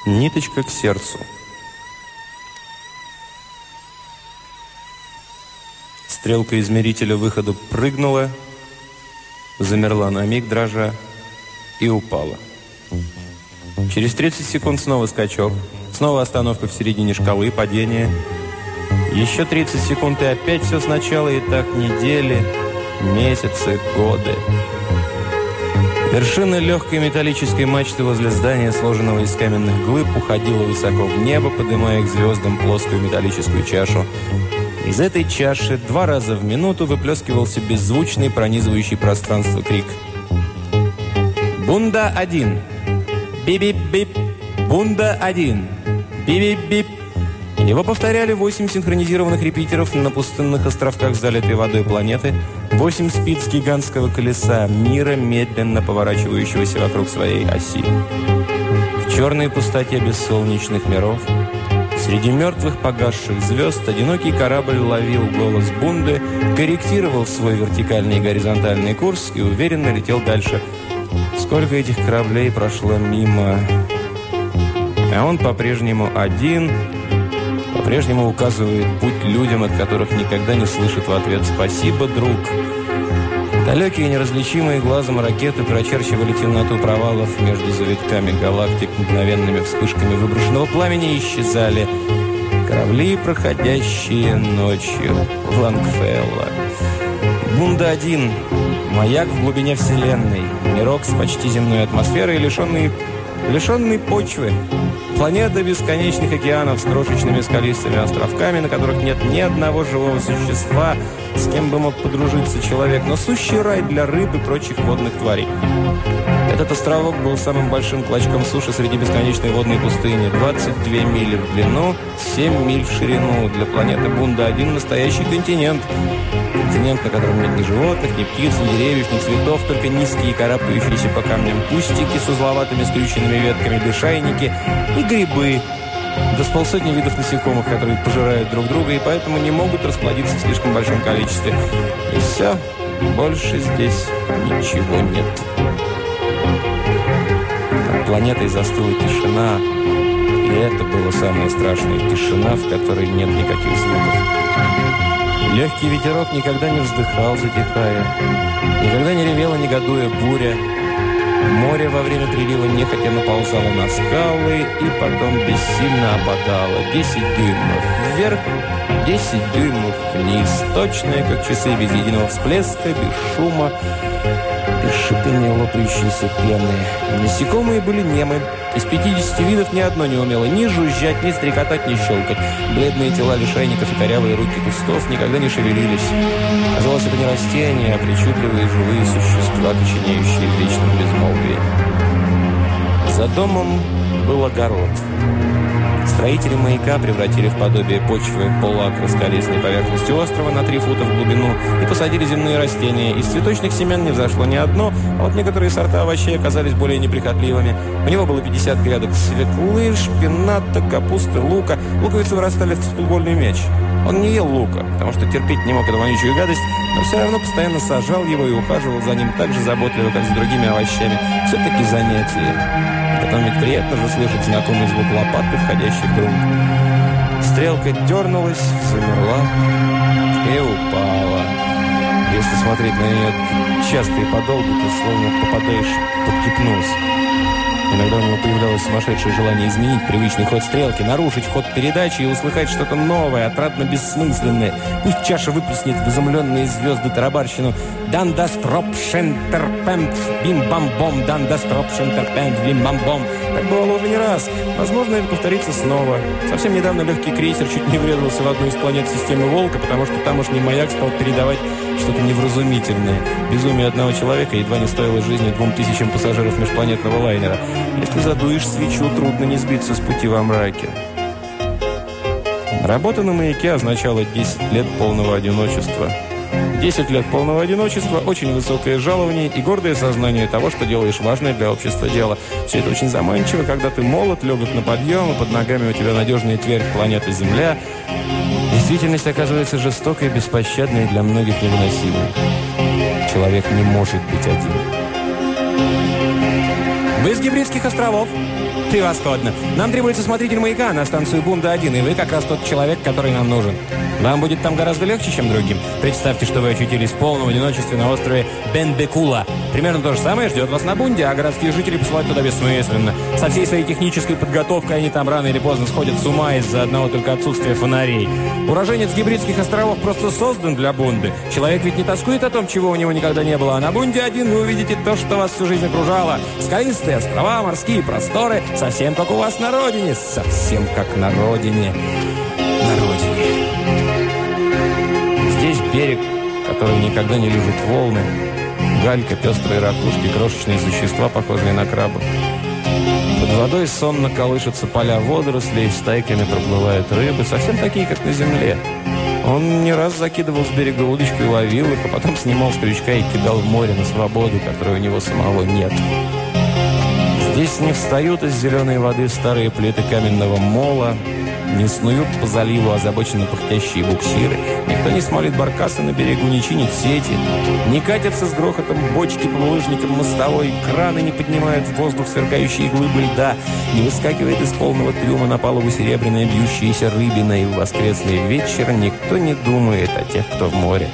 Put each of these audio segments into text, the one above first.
Ниточка к сердцу. Стрелка измерителя выхода прыгнула, замерла на миг, дрожа, и упала. Через 30 секунд снова скачок, снова остановка в середине шкалы, падение. Еще 30 секунд, и опять все сначала, и так недели, месяцы, годы. Вершина легкой металлической мачты возле здания, сложенного из каменных глыб, уходила высоко в небо, поднимая к звездам плоскую металлическую чашу. Из этой чаши 2 раза в минуту выплескивался беззвучный, пронизывающий пространство крик. «Бунда-1! Бип-бип-бип! Бунда-1! Бип-бип-бип!» Его повторяли 8 синхронизированных репитеров на пустынных островках, залитой водой планеты, 8 спиц гигантского колеса мира, медленно поворачивающегося вокруг своей оси. В черной пустоте бессолнечных миров, среди мертвых погасших звезд, одинокий корабль ловил голос Бунды, корректировал свой вертикальный и горизонтальный курс и уверенно летел дальше. Сколько этих кораблей прошло мимо, а он по-прежнему один, по-прежнему указывает путь людям, от которых никогда не слышит в ответ «Спасибо, друг». Далекие, неразличимые глазом ракеты прочерчивали темноту провалов между завитками галактик, мгновенными вспышками выброшенного пламени исчезали корабли, проходящие ночью в Лангфелла. Бунда-1 – маяк в глубине Вселенной, мирок с почти земной атмосферой, лишенный почвы. Планета бесконечных океанов с крошечными скалистыми островками, на которых нет ни одного живого существа, с кем бы мог подружиться человек, но сущий рай для рыб и прочих водных тварей. Этот островок был самым большим клочком суши среди бесконечной водной пустыни. 22 мили в длину, 7 миль в ширину. Для планеты Бунда-1 настоящий континент. Континент, на котором нет ни животных, ни птиц, ни деревьев, ни цветов, только низкие, карабкающиеся по камням кустики с узловатыми скрюченными ветками, лишайники и грибы. Да с полсотни видов насекомых, которые пожирают друг друга и поэтому не могут расплодиться в слишком большом количестве. И все, больше здесь ничего нет. Над планетой застыла тишина, и это было самое страшное. Тишина, в которой нет никаких звуков. Легкий ветерок никогда не вздыхал, затихая. Никогда не ревела, негодуя буря. Море во время прилива нехотя наползало на скалы и потом бессильно опадало. 10 дюймов вверх, 10 дюймов вниз. Точное, как часы, без единого всплеска, без шума, без шипения лопающейся пены. Насекомые были немы. Из 50 видов ни одно не умело ни жужжать, ни стрекотать, ни щелкать. Бледные тела лишайников и корявые руки кустов никогда не шевелились. Казалось, это не растения, а причудливые живые существа, коченеющие в вечном безмолвии. За домом был огород. Строители маяка превратили в подобие почвы полуакра скалистной поверхности острова на 3 фута в глубину и посадили земные растения. Из цветочных семян не взошло ни одно, а вот некоторые сорта овощей оказались более неприхотливыми. У него было 50 грядок свеклы, шпината, капусты, лука. Луковицы вырастали в футбольный мяч. Он не ел лука, потому что терпеть не мог эту вонючую гадость, но все равно постоянно сажал его и ухаживал за ним так же заботливо, как за другими овощами. Все-таки занятие. Потом ведь приятно же слышать знакомый звук лопаты, входящей в грунт. Стрелка дернулась, замерла и упала. Если смотреть на нее часто и подолгу, то словно попадаешь под гипноз. Иногда у него появлялось сумасшедшее желание изменить привычный ход стрелки, нарушить ход передачи и услыхать что-то новое, отрадно бессмысленное. Пусть чаша выплеснет в изумленные звезды тарабарщину «Дан да стропшентерпемп бим-бам-бом, дан да стропшентерпемп бим-бам-бом». Так бывало уже не раз. Возможно, это повторится снова. Совсем недавно легкий крейсер чуть не врезался в одну из планет системы «Волка», потому что тамошний маяк стал передавать что-то невразумительное. Безумие одного человека едва не стоило жизни 2000 пассажиров межпланетного лайнера. Если задуешь свечу, трудно не сбиться с пути во мраке. Работа на маяке означала 10 лет полного одиночества. 10 лет полного одиночества, очень высокое жалование и гордое сознание того, что делаешь важное для общества дело. Все это очень заманчиво, когда ты молод, легок на подъем, и под ногами у тебя надежная твердь планеты Земля. Действительность оказывается жестокой, беспощадной и для многих невыносимой. Человек не может быть один. «Вы с Гибридских островов?» «Превосходно. Нам требуется смотритель маяка на станцию Бунда-1, и вы как раз тот человек, который нам нужен. Вам будет там гораздо легче, чем другим. Представьте, что вы очутились в полном одиночестве на острове Бенбекула. Примерно то же самое ждет вас на Бунде, а городские жители посылать туда бессмысленно. Со всей своей технической подготовкой они там рано или поздно сходят с ума из-за одного только отсутствия фонарей. Уроженец Гибридских островов просто создан для Бунды. Человек ведь не тоскует о том, чего у него никогда не было. А на Бунде-1 вы увидите то, что вас всю жизнь окружало. Скалистые острова, морские просторы. Совсем как у вас на родине. Совсем как на родине. На родине. Здесь берег, который никогда не любит волны. Галька, пестрые ракушки, крошечные существа, похожие на крабов. Под водой сонно колышутся поля водорослей, стайками проплывают рыбы, совсем такие, как на земле. Он не раз закидывал с берега удочку и ловил их, а потом снимал с крючка и кидал в море на свободу, которой у него самого нет. Здесь не встают из зеленой воды старые плиты каменного мола, не снуют по заливу озабоченно пыхтящие буксиры. Никто не смолит баркасы на берегу, не чинит сети. Не катятся с грохотом бочки по булыжникам мостовой. Краны не поднимают в воздух сверкающие глыбы льда. Не выскакивает из полного трюма на палубу серебряная бьющаяся рыбина. И в воскресный вечер никто не думает о тех, кто в море.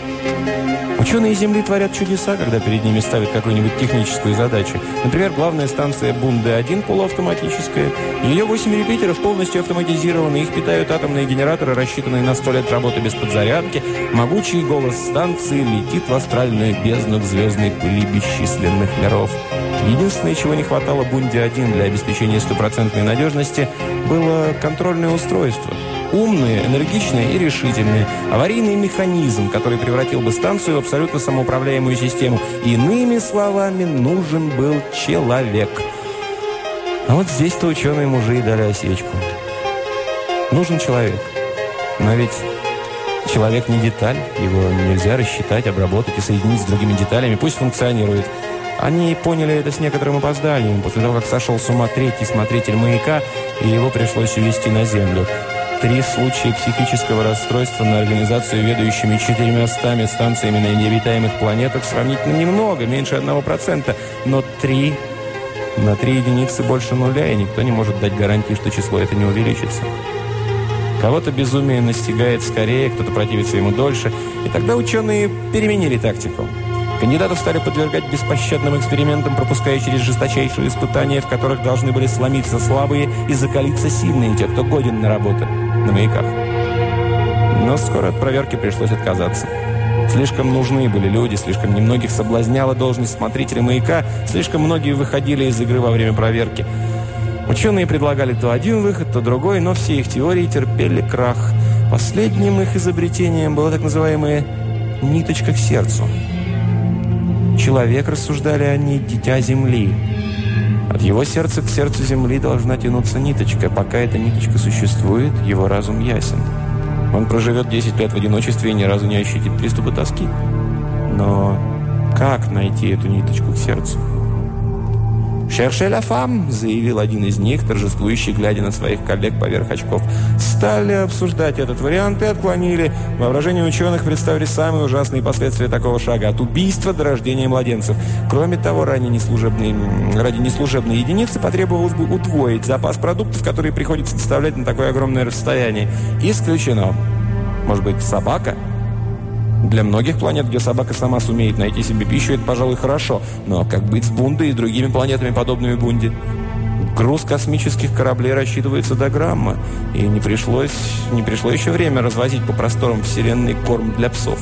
Ученые Земли творят чудеса, когда перед ними ставят какую-нибудь техническую задачу. Например, главная станция Бунда-1 полуавтоматическая. Ее 8 репитеров полностью автоматизированы. Их питают атомные генераторы, рассчитанные на 100 лет работы без подзарядки. Могучий голос станции летит в астральную бездну к звездной пыли бесчисленных миров. Единственное, чего не хватало Бунде-1 для обеспечения стопроцентной надежности, было контрольное устройство. Умные, энергичные и решительные. Аварийный механизм, который превратил бы станцию в абсолютно самоуправляемую систему. Иными словами, нужен был человек. А вот здесь-то ученые-мужи и дали осечку. Нужен человек. Но ведь человек не деталь. Его нельзя рассчитать, обработать и соединить с другими деталями. Пусть функционирует. Они поняли это с некоторым опозданием, после того, как сошел с ума третий смотритель маяка, и его пришлось увезти на Землю. 3 случая психического расстройства на организацию ведущими 400 станциями на необитаемых планетах сравнительно немного, меньше 1%, но 3 на 3 единицы больше нуля, и никто не может дать гарантии, что число это не увеличится. Кого-то безумие настигает скорее, кто-то противится ему дольше, и тогда ученые переменили тактику. Кандидатов стали подвергать беспощадным экспериментам, пропуская через жесточайшие испытания, в которых должны были сломиться слабые и закалиться сильные, те, кто годен на работу на маяках. Но скоро от проверки пришлось отказаться. Слишком нужны были люди, слишком немногих соблазняла должность смотрителя маяка, слишком многие выходили из игры во время проверки. Ученые предлагали то один выход, то другой, но все их теории терпели крах. Последним их изобретением была так называемая «ниточка к сердцу». Человек, рассуждали они, дитя Земли. От его сердца к сердцу Земли должна тянуться ниточка. Пока эта ниточка существует, его разум ясен. Он проживет 10 лет в одиночестве и ни разу не ощутит приступа тоски. Но как найти эту ниточку к сердцу? «Cherchez la femme», заявил один из них, торжествующий, глядя на своих коллег поверх очков. Стали обсуждать этот вариант и отклонили. Воображение ученых представили самые ужасные последствия такого шага. От убийства до рождения младенцев. Кроме того, ради неслужебной единицы потребовалось бы удвоить запас продуктов, которые приходится доставлять на такое огромное расстояние. Исключено. Может быть, собака? Для многих планет, где собака сама сумеет найти себе пищу, это, пожалуй, хорошо. Но как быть с Бундой и другими планетами, подобными Бунде? Груз космических кораблей рассчитывается до грамма, и не пришло еще время развозить по просторам Вселенной корм для псов.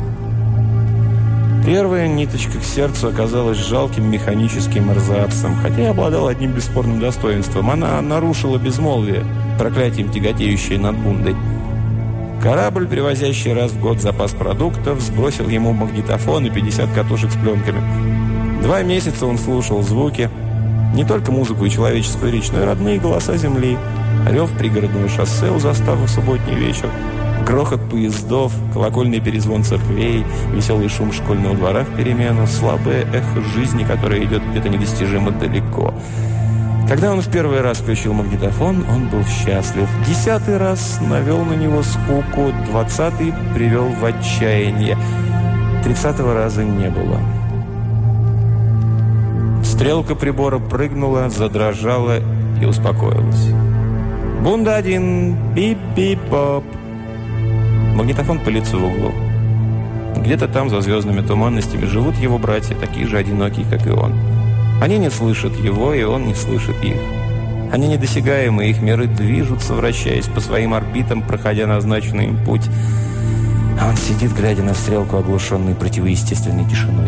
Первая ниточка к сердцу оказалась жалким механическим эрзацем, хотя и обладала одним бесспорным достоинством. Она нарушила безмолвие, проклятием тяготеющее над Бундой. Корабль, привозящий раз в год запас продуктов, сбросил ему магнитофон и 50 катушек с пленками. 2 месяца он слушал звуки, не только музыку и человеческую речь, но и родные голоса земли. Рев пригородного шоссе у заставы в субботний вечер, грохот поездов, колокольный перезвон церквей, веселый шум школьного двора в перемену, слабое эхо жизни, которое идет где-то недостижимо далеко. Когда он в первый раз включил магнитофон, он был счастлив. 10-й раз навел на него скуку, 20-й привел в отчаяние. 30-го раза не было. Стрелка прибора прыгнула, задрожала и успокоилась. «Бунда-1! Бип-бип-боп!» Магнитофон пылится в углу. Где-то там, за звездными туманностями, живут его братья, такие же одинокие, как и он. Они не слышат его, и он не слышит их. Они недосягаемы, их миры движутся, вращаясь по своим орбитам, проходя назначенный им путь. А он сидит, глядя на стрелку, оглушенный противоестественной тишиной.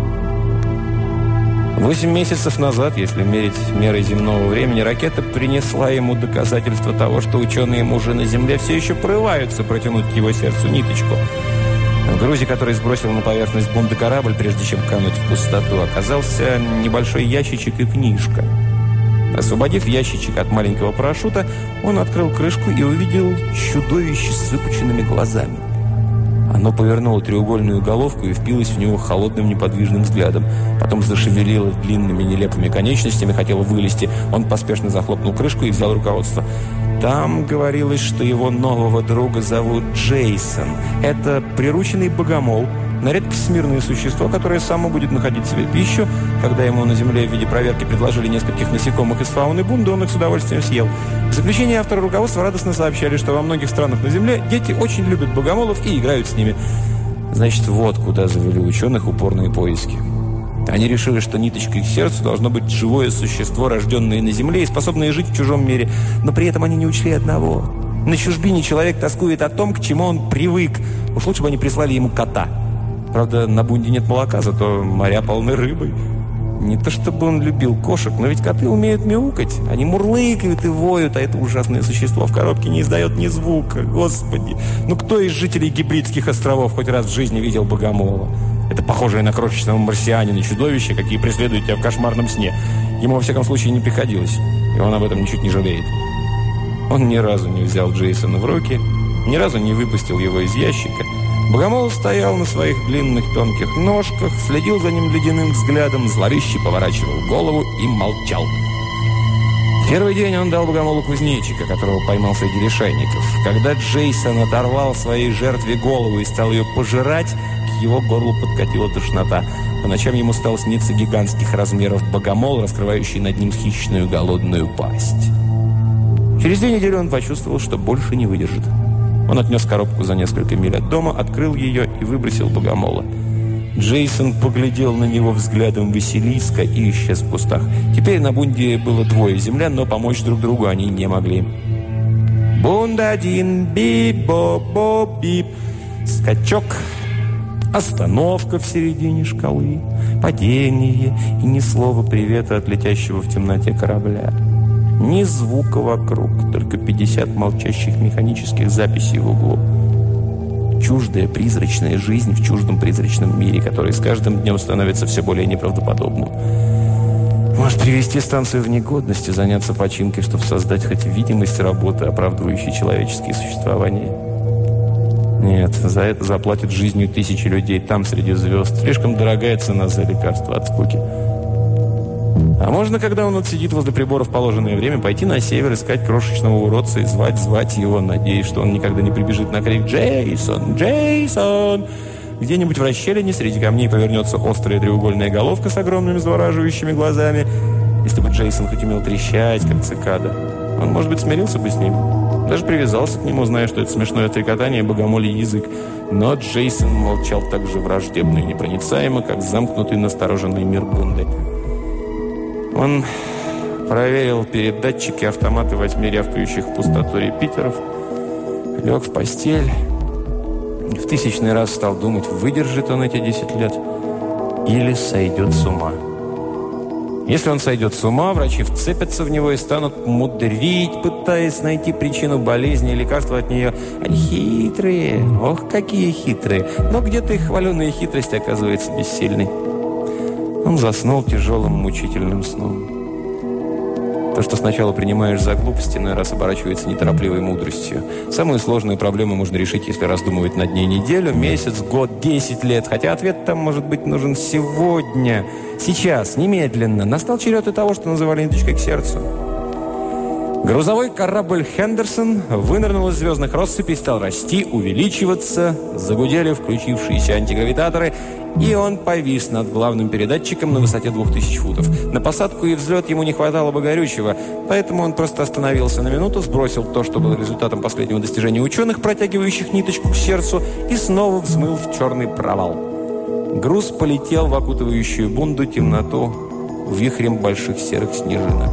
8 месяцев назад, если мерить мерой земного времени, ракета принесла ему доказательство того, что ученые-мужи на Земле все еще порываются протянуть к его сердцу ниточку. В грузе, который сбросил на поверхность бунда корабль, прежде чем кануть в пустоту, оказался небольшой ящичек и книжка. Освободив ящичек от маленького парашюта, он открыл крышку и увидел чудовище с выпученными глазами. Оно повернуло треугольную головку и впилось в него холодным неподвижным взглядом. Потом зашевелило длинными нелепыми конечностями, хотело вылезти. Он поспешно захлопнул крышку и взял руководство. Там говорилось, что его нового друга зовут Джейсон. Это прирученный богомол, на редкость смирное существо, которое само будет находить себе пищу. Когда ему на Земле в виде проверки предложили нескольких насекомых из фауны Бунда, он их с удовольствием съел. В заключение авторы руководства радостно сообщали, что во многих странах на Земле дети очень любят богомолов и играют с ними. Значит, вот куда завели ученых упорные поиски. Они решили, что ниточкой к сердцу должно быть живое существо, рожденное на Земле и способное жить в чужом мире. Но при этом они не учли одного. На чужбине человек тоскует о том, к чему он привык. Уж лучше бы они прислали ему кота. Правда, на Бунде нет молока, зато моря полны рыбой. Не то чтобы он любил кошек, но ведь коты умеют мяукать. Они мурлыкают и воют, а это ужасное существо в коробке не издает ни звука. Господи, ну кто из жителей Гибридских островов хоть раз в жизни видел богомола? Это похожее на крошечного марсианина чудовище, какие преследуют тебя в кошмарном сне. Ему, во всяком случае, не приходилось, и он об этом ничуть не жалеет. Он ни разу не взял Джейсона в руки, ни разу не выпустил его из ящика. Богомол стоял на своих длинных тонких ножках, следил за ним ледяным взглядом, зловеще поворачивал голову и молчал. Первый день он дал богомолу кузнечика, которого поймал среди лишайников. Когда Джейсон оторвал своей жертве голову и стал ее пожирать, к его горлу подкатила тошнота. По ночам ему стал сниться гигантских размеров богомол, раскрывающий над ним хищную голодную пасть. Через 2 недели он почувствовал, что больше не выдержит. Он отнес коробку за несколько миль от дома, открыл ее и выбросил богомола. Джейсон поглядел на него взглядом Василиска и исчез в кустах. Теперь на Бунде было 2 землян, но помочь друг другу они не могли. Бунда-1, бип-боп-боп-бип. Скачок. Остановка в середине шкалы. Падение и ни слова привета от летящего в темноте корабля. Ни звука вокруг, только 50 молчащих механических записей в углу. Чуждая призрачная жизнь в чуждом призрачном мире, который с каждым днем становится все более неправдоподобным. Может, привести станцию в негодность и заняться починкой, чтобы создать хоть видимость работы, оправдывающей человеческие существования? Нет, за это заплатят жизнью 1000 людей там, среди звезд. Слишком дорогая цена за лекарство от скуки. А можно, когда он отсидит возле прибора в положенное время, пойти на север, искать крошечного уродца и звать его, надеясь, что он никогда не прибежит на крик «Джейсон! Джейсон!». Где-нибудь в расщелине среди камней повернется острая треугольная головка с огромными завораживающими глазами. Если бы Джейсон хоть умел трещать, как цикада, он, может быть, смирился бы с ним. Даже привязался к нему, зная, что это смешное стрекотание, богомолий язык. Но Джейсон молчал так же враждебно и непроницаемо, как замкнутый настороженный мир Бунды. Он проверил передатчики, автоматы 8 рявкающих в пустоту репитеров, лег в постель и в 1000-й раз стал думать, выдержит он эти 10 лет или сойдет с ума. Если он сойдет с ума, врачи вцепятся в него и станут мудрить, пытаясь найти причину болезни и лекарства от нее. Они хитрые, ох, какие хитрые, но где-то их хваленая хитрость оказывается бессильной. Он заснул тяжелым, мучительным сном. То, что сначала принимаешь за глупость, иной раз оборачивается неторопливой мудростью. Самую сложную проблему можно решить, если раздумывать над ней неделю, месяц, год, 10 лет. Хотя ответ там, может быть, нужен сегодня, сейчас, немедленно. Настал черед и того, что называли ниточкой к сердцу. Грузовой корабль «Хендерсон» вынырнул из звездных россыпей, стал расти, увеличиваться, загудели включившиеся антигравитаторы, и он повис над главным передатчиком на высоте 2000 футов. На посадку и взлет ему не хватало бы горючего, поэтому он просто остановился на минуту, сбросил то, что было результатом последнего достижения ученых, протягивающих ниточку к сердцу, и снова взмыл в черный провал. Груз полетел в окутывающую Бунду темноту вихрем больших серых снежинок.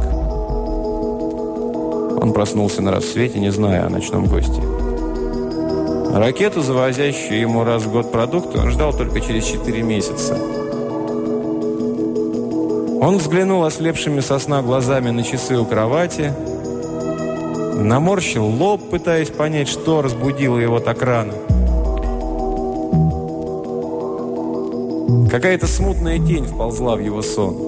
Он проснулся на рассвете, не зная о ночном госте. Ракету, завозящую ему раз в год продукты, он ждал только через 4 месяца. Он взглянул ослепшими со сна глазами на часы у кровати, наморщил лоб, пытаясь понять, что разбудило его так рано. Какая-то смутная тень вползла в его сон.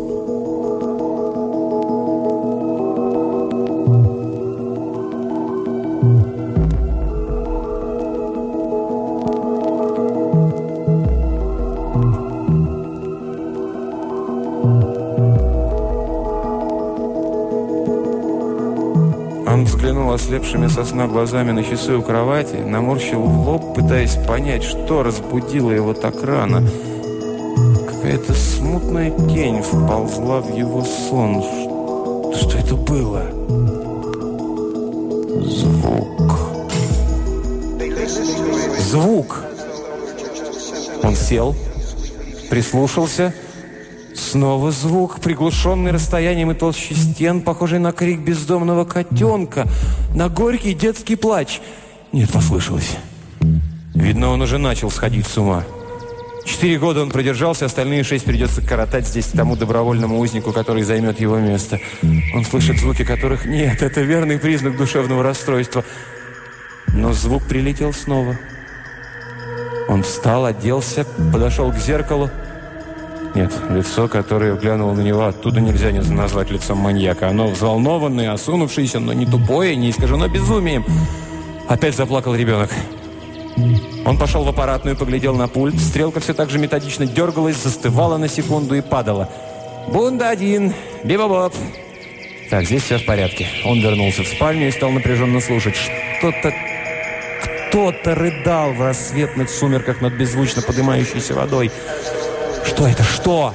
Он взглянул ослепшими со сна глазами на часы у кровати, наморщил лоб, пытаясь понять, что разбудило его так рано. Какая-то смутная тень вползла в его сон. Что это было? Звук. Он сел, прислушался. Снова звук, приглушенный расстоянием и толщей стен, похожий на крик бездомного котенка, на горький детский плач. Нет, послышалось. Видно, он уже начал сходить с ума. 4 года он продержался, остальные 6 придется коротать здесь тому добровольному узнику, который займет его место. Он слышит звуки, которых нет. Это верный признак душевного расстройства. Но звук прилетел снова. Он встал, оделся, подошел к зеркалу. Нет, лицо, которое глянуло на него, оттуда нельзя не назвать лицом маньяка. Оно взволнованное, осунувшееся, но не тупое, не искажено безумием. Опять заплакал ребенок. Он пошел в аппаратную, поглядел на пульт. Стрелка все так же методично дергалась, застывала на секунду и падала. «Бунда-1! Биба-боп!» Так, здесь все в порядке. Он вернулся в спальню и стал напряженно слушать. Кто-то рыдал в рассветных сумерках над беззвучно поднимающейся водой. Что это? Что?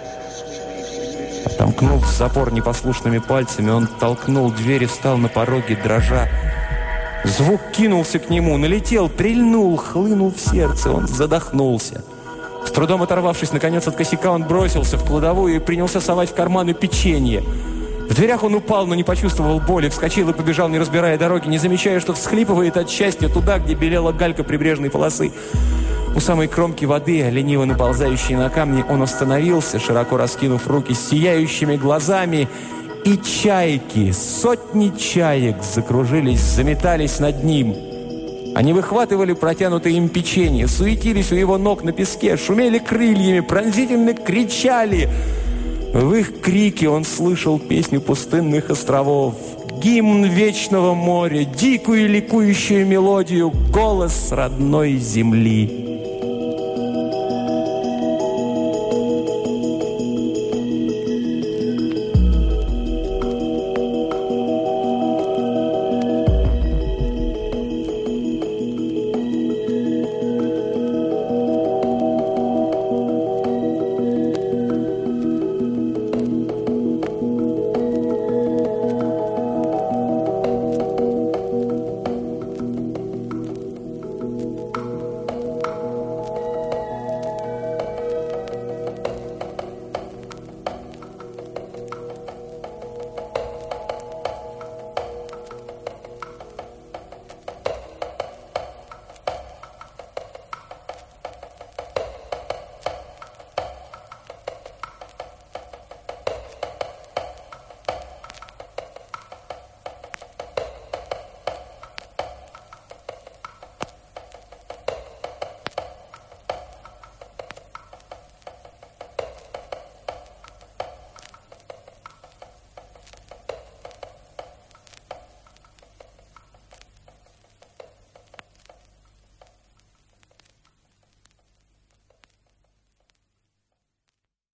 Отомкнув запор непослушными пальцами, он толкнул дверь и встал на пороге, дрожа. Звук кинулся к нему, налетел, прильнул, хлынул в сердце. Он задохнулся. С трудом оторвавшись, наконец, от косяка, он бросился в кладовую и принялся совать в карманы печенье. В дверях он упал, но не почувствовал боли, вскочил и побежал, не разбирая дороги, не замечая, что всхлипывает от счастья туда, где белела галька прибрежной полосы. У самой кромки воды, лениво наползающей на камни, он остановился, широко раскинув руки с сияющими глазами, и чайки, сотни чаек закружились, заметались над ним. Они выхватывали протянутые им печенье, суетились у его ног на песке, шумели крыльями, пронзительно кричали. В их крике он слышал песню пустынных островов, гимн вечного моря, дикую ликующую мелодию, голос родной земли.